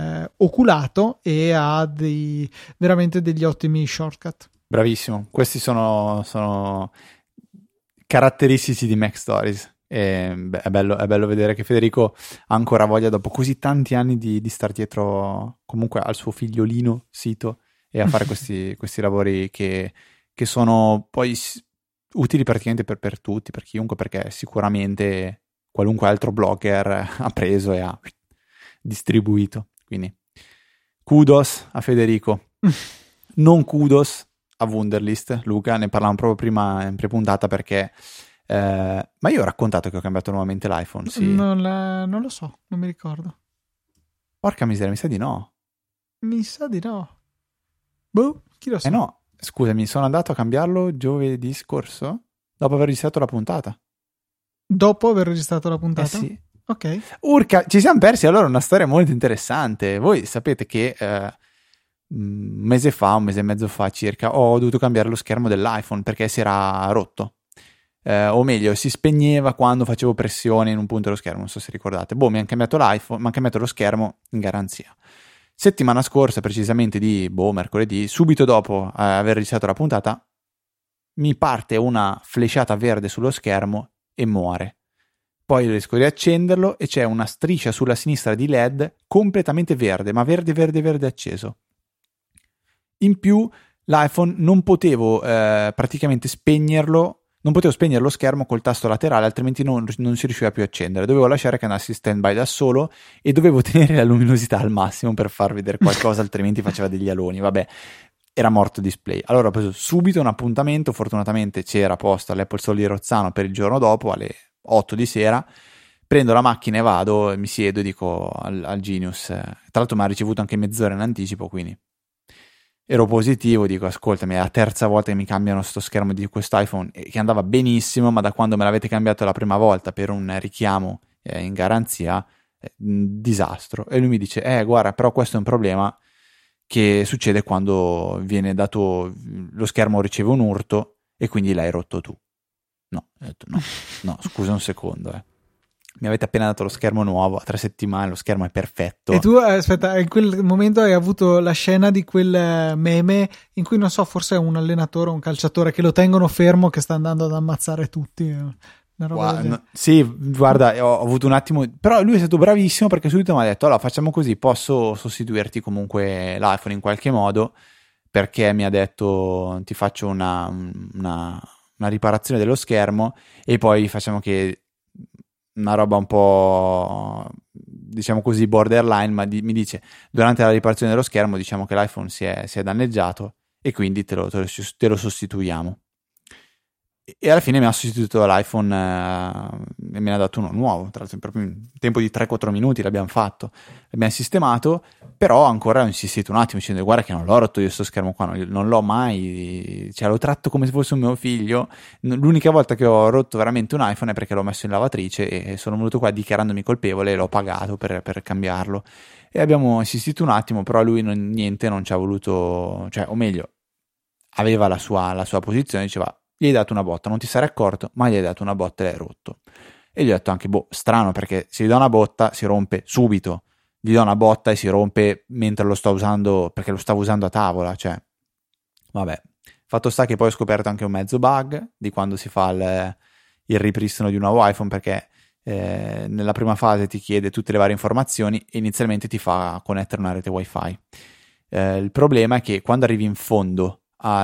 oculato e ha veramente degli ottimi shortcut. Bravissimo, questi sono caratteristici di Mac Stories. È bello vedere che Federico ha ancora voglia, dopo così tanti anni, di star dietro comunque al suo figliolino sito e a fare questi lavori che sono poi utili praticamente per tutti, per chiunque, perché sicuramente qualunque altro blogger ha preso e ha distribuito. Quindi kudos a Federico. Non kudos a Wunderlist. Luca, ne parlavamo proprio prima in prepuntata, perché ma io ho raccontato che ho cambiato nuovamente l'iPhone, sì. Non lo so, non mi ricordo. Porca miseria, mi sa di no. Mi sa di no. Boh, chi lo sa. No, scusami, sono andato a cambiarlo giovedì scorso, dopo aver registrato la puntata. Dopo aver registrato la puntata? Sì. Ok. Urca, ci siamo persi allora una storia molto interessante. Voi sapete che un mese e mezzo fa circa, ho dovuto cambiare lo schermo dell'iPhone perché si era rotto. O meglio, si spegneva quando facevo pressione in un punto dello schermo, non so se ricordate. Mi hanno cambiato l'iPhone, mi hanno cambiato lo schermo in garanzia. Settimana scorsa, precisamente di mercoledì, subito dopo aver iniziato la puntata, mi parte una flashata verde sullo schermo e muore. Poi riesco a riaccenderlo e c'è una striscia sulla sinistra di LED completamente verde, ma verde acceso. In più l'iPhone non potevo praticamente spegnerlo. Non potevo spegnere lo schermo col tasto laterale, altrimenti non si riusciva più a accendere. Dovevo lasciare che andassi in stand-by da solo e dovevo tenere la luminosità al massimo per far vedere qualcosa, altrimenti faceva degli aloni. Vabbè, era morto il display. Allora ho preso subito un appuntamento, fortunatamente c'era posto all'Apple Store di Rozzano per il giorno dopo, alle 8 di sera. Prendo la macchina e vado, mi siedo e dico al Genius. Tra l'altro mi ha ricevuto anche mezz'ora in anticipo, quindi ero positivo, dico ascoltami, è la terza volta che mi cambiano sto schermo di questo iPhone che andava benissimo, ma da quando me l'avete cambiato la prima volta per un richiamo in garanzia, disastro. E lui mi dice guarda, però questo è un problema che succede quando viene dato, lo schermo riceve un urto e quindi l'hai rotto tu. No, ho detto no, scusa un secondo, mi avete appena dato lo schermo nuovo, a 3 settimane lo schermo è perfetto. E tu, aspetta, in quel momento hai avuto la scena di quel meme in cui, non so, forse è un allenatore o un calciatore che lo tengono fermo, che sta andando ad ammazzare tutti. Una roba sì, guarda, ho avuto un attimo, però lui è stato bravissimo perché subito mi ha detto allora facciamo così, posso sostituirti comunque l'iPhone in qualche modo, perché mi ha detto ti faccio una riparazione dello schermo e poi facciamo che una roba un po', diciamo così, borderline, ma mi dice durante la riparazione dello schermo diciamo che l'iPhone si è danneggiato e quindi te lo sostituiamo. E alla fine mi ha sostituito l'iPhone e me ne ha dato uno nuovo, tra l'altro proprio in tempo di 3-4 minuti l'abbiamo fatto, l'abbiamo sistemato, però ancora ho insistito un attimo dicendo guarda che non l'ho rotto io sto schermo qua, non l'ho mai, cioè lo tratto come se fosse un mio figlio. L'unica volta che ho rotto veramente un iPhone è perché l'ho messo in lavatrice e sono venuto qua dichiarandomi colpevole e l'ho pagato per cambiarlo, e abbiamo insistito un attimo, però lui non ci ha voluto, cioè, o meglio, aveva la sua posizione, diceva gli hai dato una botta, non ti sarai accorto, ma gli hai dato una botta e l'hai rotto. E gli ho detto anche, strano, perché se gli do una botta si rompe subito, gli do una botta e si rompe mentre lo sto usando, perché lo stavo usando a tavola, cioè, vabbè. Fatto sta che poi ho scoperto anche un mezzo bug di quando si fa il ripristino di un nuovo iPhone, perché nella prima fase ti chiede tutte le varie informazioni e inizialmente ti fa connettere una rete wifi. Il problema è che quando arrivi in fondo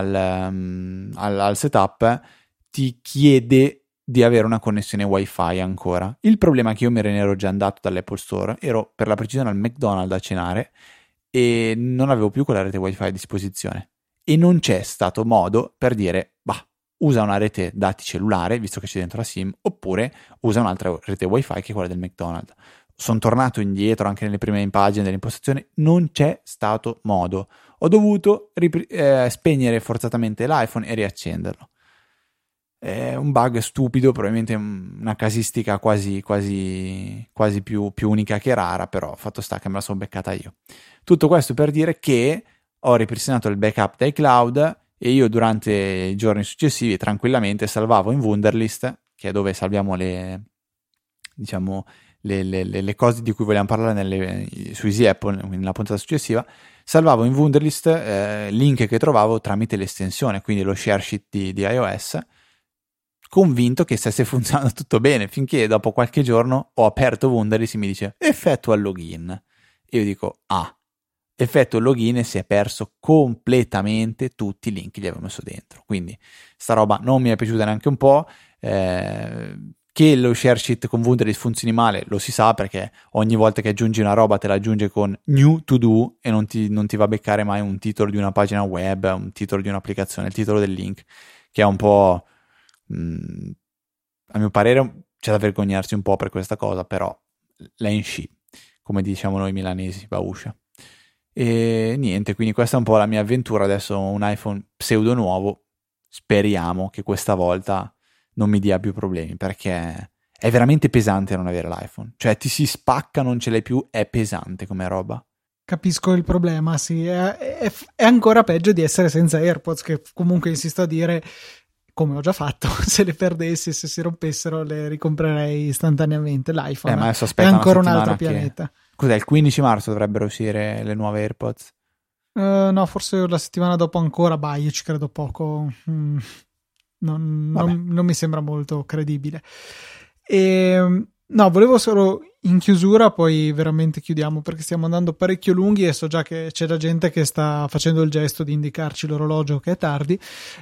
al setup ti chiede di avere una connessione wifi ancora. Il problema è che io me ne ero già andato dall'Apple Store, ero per la precisione al McDonald's a cenare e non avevo più quella rete wifi a disposizione e non c'è stato modo per dire usa una rete dati cellulare visto che c'è dentro la SIM, oppure usa un'altra rete wifi che è quella del McDonald's. Sono tornato indietro anche nelle prime pagine dell'impostazione, non c'è stato modo. Ho dovuto spegnere forzatamente l'iPhone e riaccenderlo. È un bug stupido, probabilmente una casistica quasi più unica che rara, però fatto sta che me la sono beccata io. Tutto questo per dire che ho ripristinato il backup dai cloud e io durante i giorni successivi tranquillamente salvavo in Wunderlist, che è dove salviamo le cose di cui vogliamo parlare su Easy Apple nella puntata successiva. Salvavo in Wunderlist link che trovavo tramite l'estensione, quindi lo share sheet di iOS, convinto che stesse funzionando tutto bene, finché dopo qualche giorno ho aperto Wunderlist e mi dice effettua il login e io dico effettua il login e si è perso completamente tutti i link che gli avevo messo dentro. Quindi sta roba non mi è piaciuta neanche un po'. Che lo share sheet con Wunderlist funzioni male lo si sa, perché ogni volta che aggiungi una roba te la aggiunge con new to do e non ti va a beccare mai un titolo di una pagina web, un titolo di un'applicazione, il titolo del link, che è un po' a mio parere c'è da vergognarsi un po' per questa cosa, però la in sci, come diciamo noi milanesi, bauscia. E niente, quindi questa è un po' la mia avventura. Adesso ho un iPhone pseudo nuovo, speriamo che questa volta non mi dia più problemi, perché è veramente pesante non avere l'iPhone, cioè ti si spacca, non ce l'hai più, è pesante come roba. Capisco il problema, sì. È ancora peggio di essere senza AirPods, che comunque insisto a dire, come ho già fatto, se le perdessi, se si rompessero, le ricomprerei istantaneamente. L'iPhone ma adesso è ancora un altro pianeta. Cos'è, il 15 marzo dovrebbero uscire le nuove AirPods? No, forse la settimana dopo ancora, io ci credo poco. Non mi sembra molto credibile. No, volevo solo in chiusura, poi veramente chiudiamo perché stiamo andando parecchio lunghi e so già che c'è la gente che sta facendo il gesto di indicarci l'orologio che è tardi.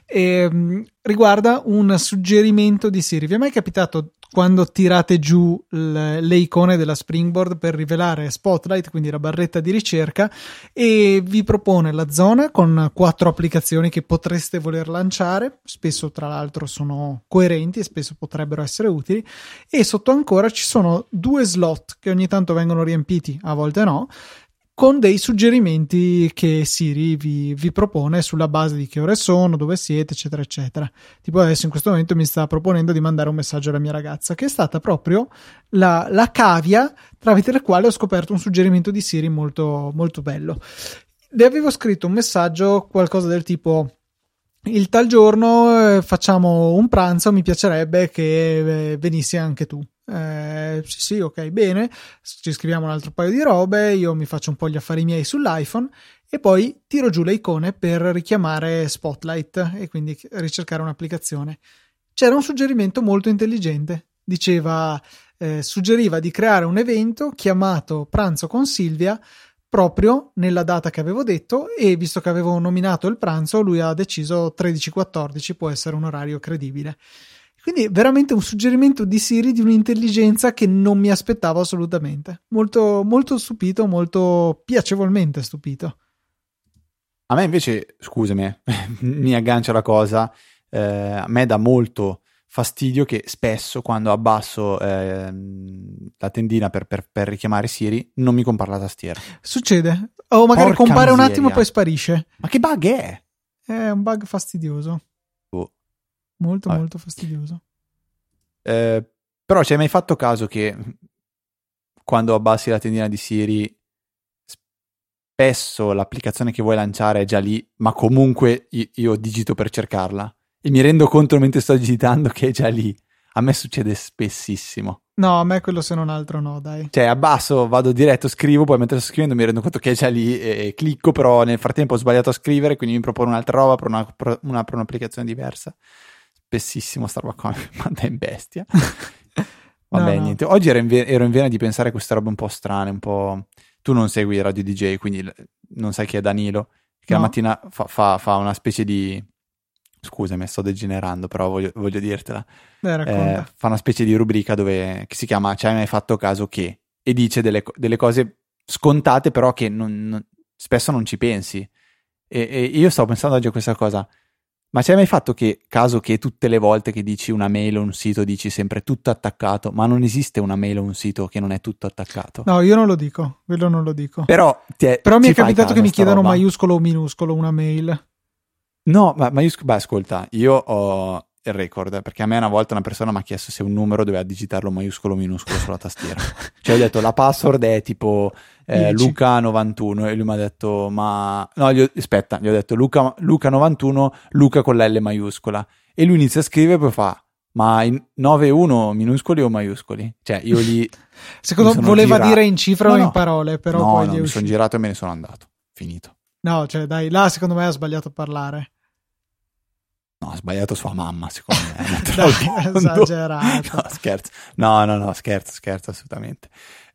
Riguarda un suggerimento di Siri. Vi è mai capitato quando tirate giù le icone della Springboard per rivelare Spotlight, quindi la barretta di ricerca, e vi propone la zona con 4 applicazioni che potreste voler lanciare, spesso tra l'altro sono coerenti e spesso potrebbero essere utili, e sotto ancora ci sono 2 slot che ogni tanto vengono riempiti, a volte no, con dei suggerimenti che Siri vi propone sulla base di che ore sono, dove siete, eccetera, eccetera. Tipo adesso in questo momento mi sta proponendo di mandare un messaggio alla mia ragazza, che è stata proprio la cavia tramite la quale ho scoperto un suggerimento di Siri molto, molto bello. Le avevo scritto un messaggio, qualcosa del tipo: il tal giorno facciamo un pranzo, mi piacerebbe che venissi anche tu. Sì, ok, bene, ci scriviamo un altro paio di robe, io mi faccio un po' gli affari miei sull'iPhone e poi tiro giù le icone per richiamare Spotlight e quindi ricercare un'applicazione. C'era un suggerimento molto intelligente, suggeriva di creare un evento chiamato Pranzo con Silvia proprio nella data che avevo detto, e visto che avevo nominato il pranzo, lui ha deciso 13:14, può essere un orario credibile. Quindi veramente un suggerimento di Siri di un'intelligenza che non mi aspettavo assolutamente. Molto, molto stupito, molto piacevolmente stupito. A me invece, scusami, mi aggancia la cosa, a me dà molto fastidio che spesso quando abbasso la tendina per richiamare Siri non mi compare la tastiera. Succede. O magari Porca compare un miseria. attimo e poi sparisce. Ma che bug è? È un bug fastidioso. Molto, Vabbè. molto fastidioso. Però ci hai mai fatto caso che quando abbassi la tendina di Siri spesso l'applicazione che vuoi lanciare è già lì, ma comunque io digito per cercarla e mi rendo conto mentre sto digitando che è già lì. A me succede spessissimo. No, a me quello se non altro no, dai. Cioè abbasso, vado diretto, scrivo, poi mentre sto scrivendo mi rendo conto che è già lì e clicco, però nel frattempo ho sbagliato a scrivere, quindi mi propone un'altra roba per un'applicazione diversa. Spessissimo sta roba qua, mi manda in bestia. Vabbè, No. niente. Oggi ero in vena di pensare a queste robe un po' strane, un po'... Tu non segui Radio DJ, quindi non sai chi è Danilo, che la mattina fa una specie di... Scusami, sto degenerando, però voglio dirtela. Fa una specie di rubrica che si chiama "Ci hai mai fatto caso che?" e dice delle cose scontate, però che spesso non ci pensi. E io stavo pensando oggi a questa cosa. Ma ci hai mai fatto caso che tutte le volte che dici una mail o un sito dici sempre tutto attaccato, ma non esiste una mail o un sito che non è tutto attaccato? No, io non lo dico, quello non lo dico. Però mi è capitato che mi chiedano maiuscolo o minuscolo una mail. No, ma maiuscolo... Beh, ascolta, io ho il record, perché a me una volta una persona mi ha chiesto se un numero doveva digitarlo maiuscolo o minuscolo sulla tastiera. Cioè ho detto la password è tipo Luca91 e lui mi ha detto ma... No, gli ho detto Luca91, Luca con la L maiuscola. E lui inizia a scrivere e poi fa ma 9-1 minuscoli o maiuscoli? Cioè io lì... Secondo me voleva dire in cifra o in parole, però poi mi sono girato e me ne sono andato. Finito. No, cioè dai, là secondo me ha sbagliato a parlare. No, ha sbagliato sua mamma, secondo me. Dai, esagerato. No, scherzo. No, scherzo assolutamente.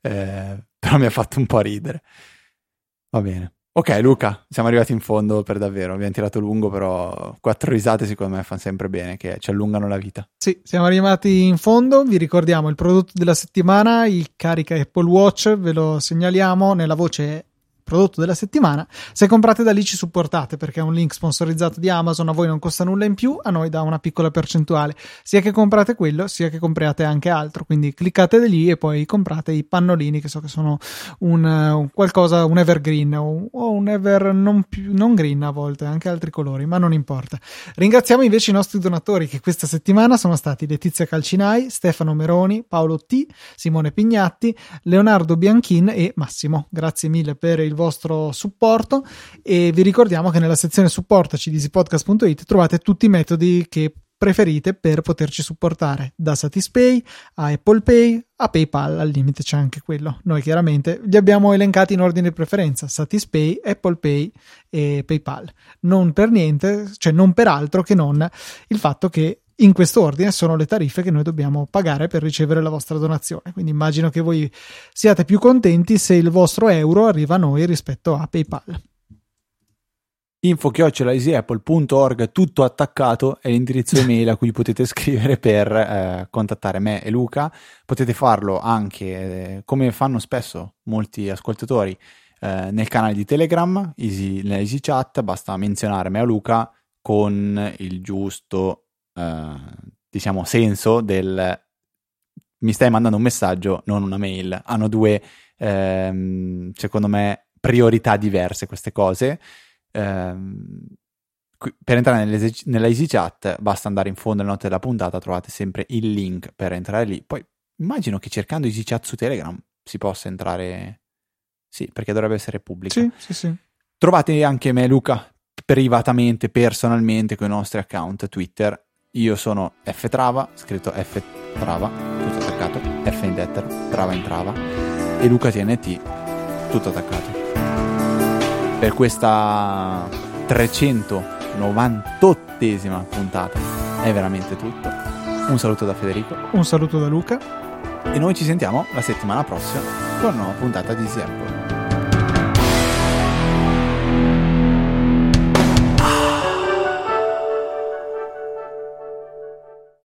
Però mi ha fatto un po' ridere. Va bene. Ok, Luca, siamo arrivati in fondo per davvero. Abbiamo tirato lungo, però 4 risate secondo me fanno sempre bene, che ci allungano la vita. Sì, siamo arrivati in fondo. Vi ricordiamo il prodotto della settimana, il carica Apple Watch, ve lo segnaliamo nella voce prodotto della settimana. Se comprate da lì ci supportate, perché è un link sponsorizzato di Amazon, a voi non costa nulla in più, a noi dà una piccola percentuale, sia che comprate quello sia che compriate anche altro, quindi cliccate da lì e poi comprate i pannolini, che so che sono un evergreen o un ever non green, a volte anche altri colori, ma non importa. Ringraziamo invece i nostri donatori, che questa settimana sono stati Letizia Calcinai, Stefano Meroni, Paolo T, Simone Pignatti, Leonardo Bianchin e Massimo. Grazie mille per il vostro supporto, e vi ricordiamo che nella sezione supportaci di easypodcast.it trovate tutti i metodi che preferite per poterci supportare, da Satispay a Apple Pay a PayPal, al limite c'è anche quello. Noi chiaramente li abbiamo elencati in ordine di preferenza: Satispay, Apple Pay e PayPal. Non per niente, cioè non per altro che non il fatto che in questo ordine sono le tariffe che noi dobbiamo pagare per ricevere la vostra donazione. Quindi immagino che voi siate più contenti se il vostro euro arriva a noi rispetto a PayPal. info@easyapple.org, tutto attaccato, è l'indirizzo email a cui potete scrivere per contattare me e Luca. Potete farlo anche, come fanno spesso molti ascoltatori, nel canale di Telegram, nella Easy Chat. Basta menzionare me o Luca con il giusto diciamo senso del mi stai mandando un messaggio, non una mail. Hanno due secondo me priorità diverse queste cose. Per entrare nella Easy Chat basta andare in fondo alle note della puntata, trovate sempre il link per entrare lì. Poi immagino che cercando Easy Chat su Telegram si possa entrare, sì, perché dovrebbe essere pubblica. Sì. Trovate anche me e Luca privatamente, personalmente, con i nostri account Twitter. Io sono ftrava, scritto ftrava, tutto attaccato, F in lettera, trava in trava, e Luca TNT, tutto attaccato. Per questa 398esima puntata è veramente tutto. Un saluto da Federico. Un saluto da Luca. E noi ci sentiamo la settimana prossima con una nuova puntata di Easy Apple.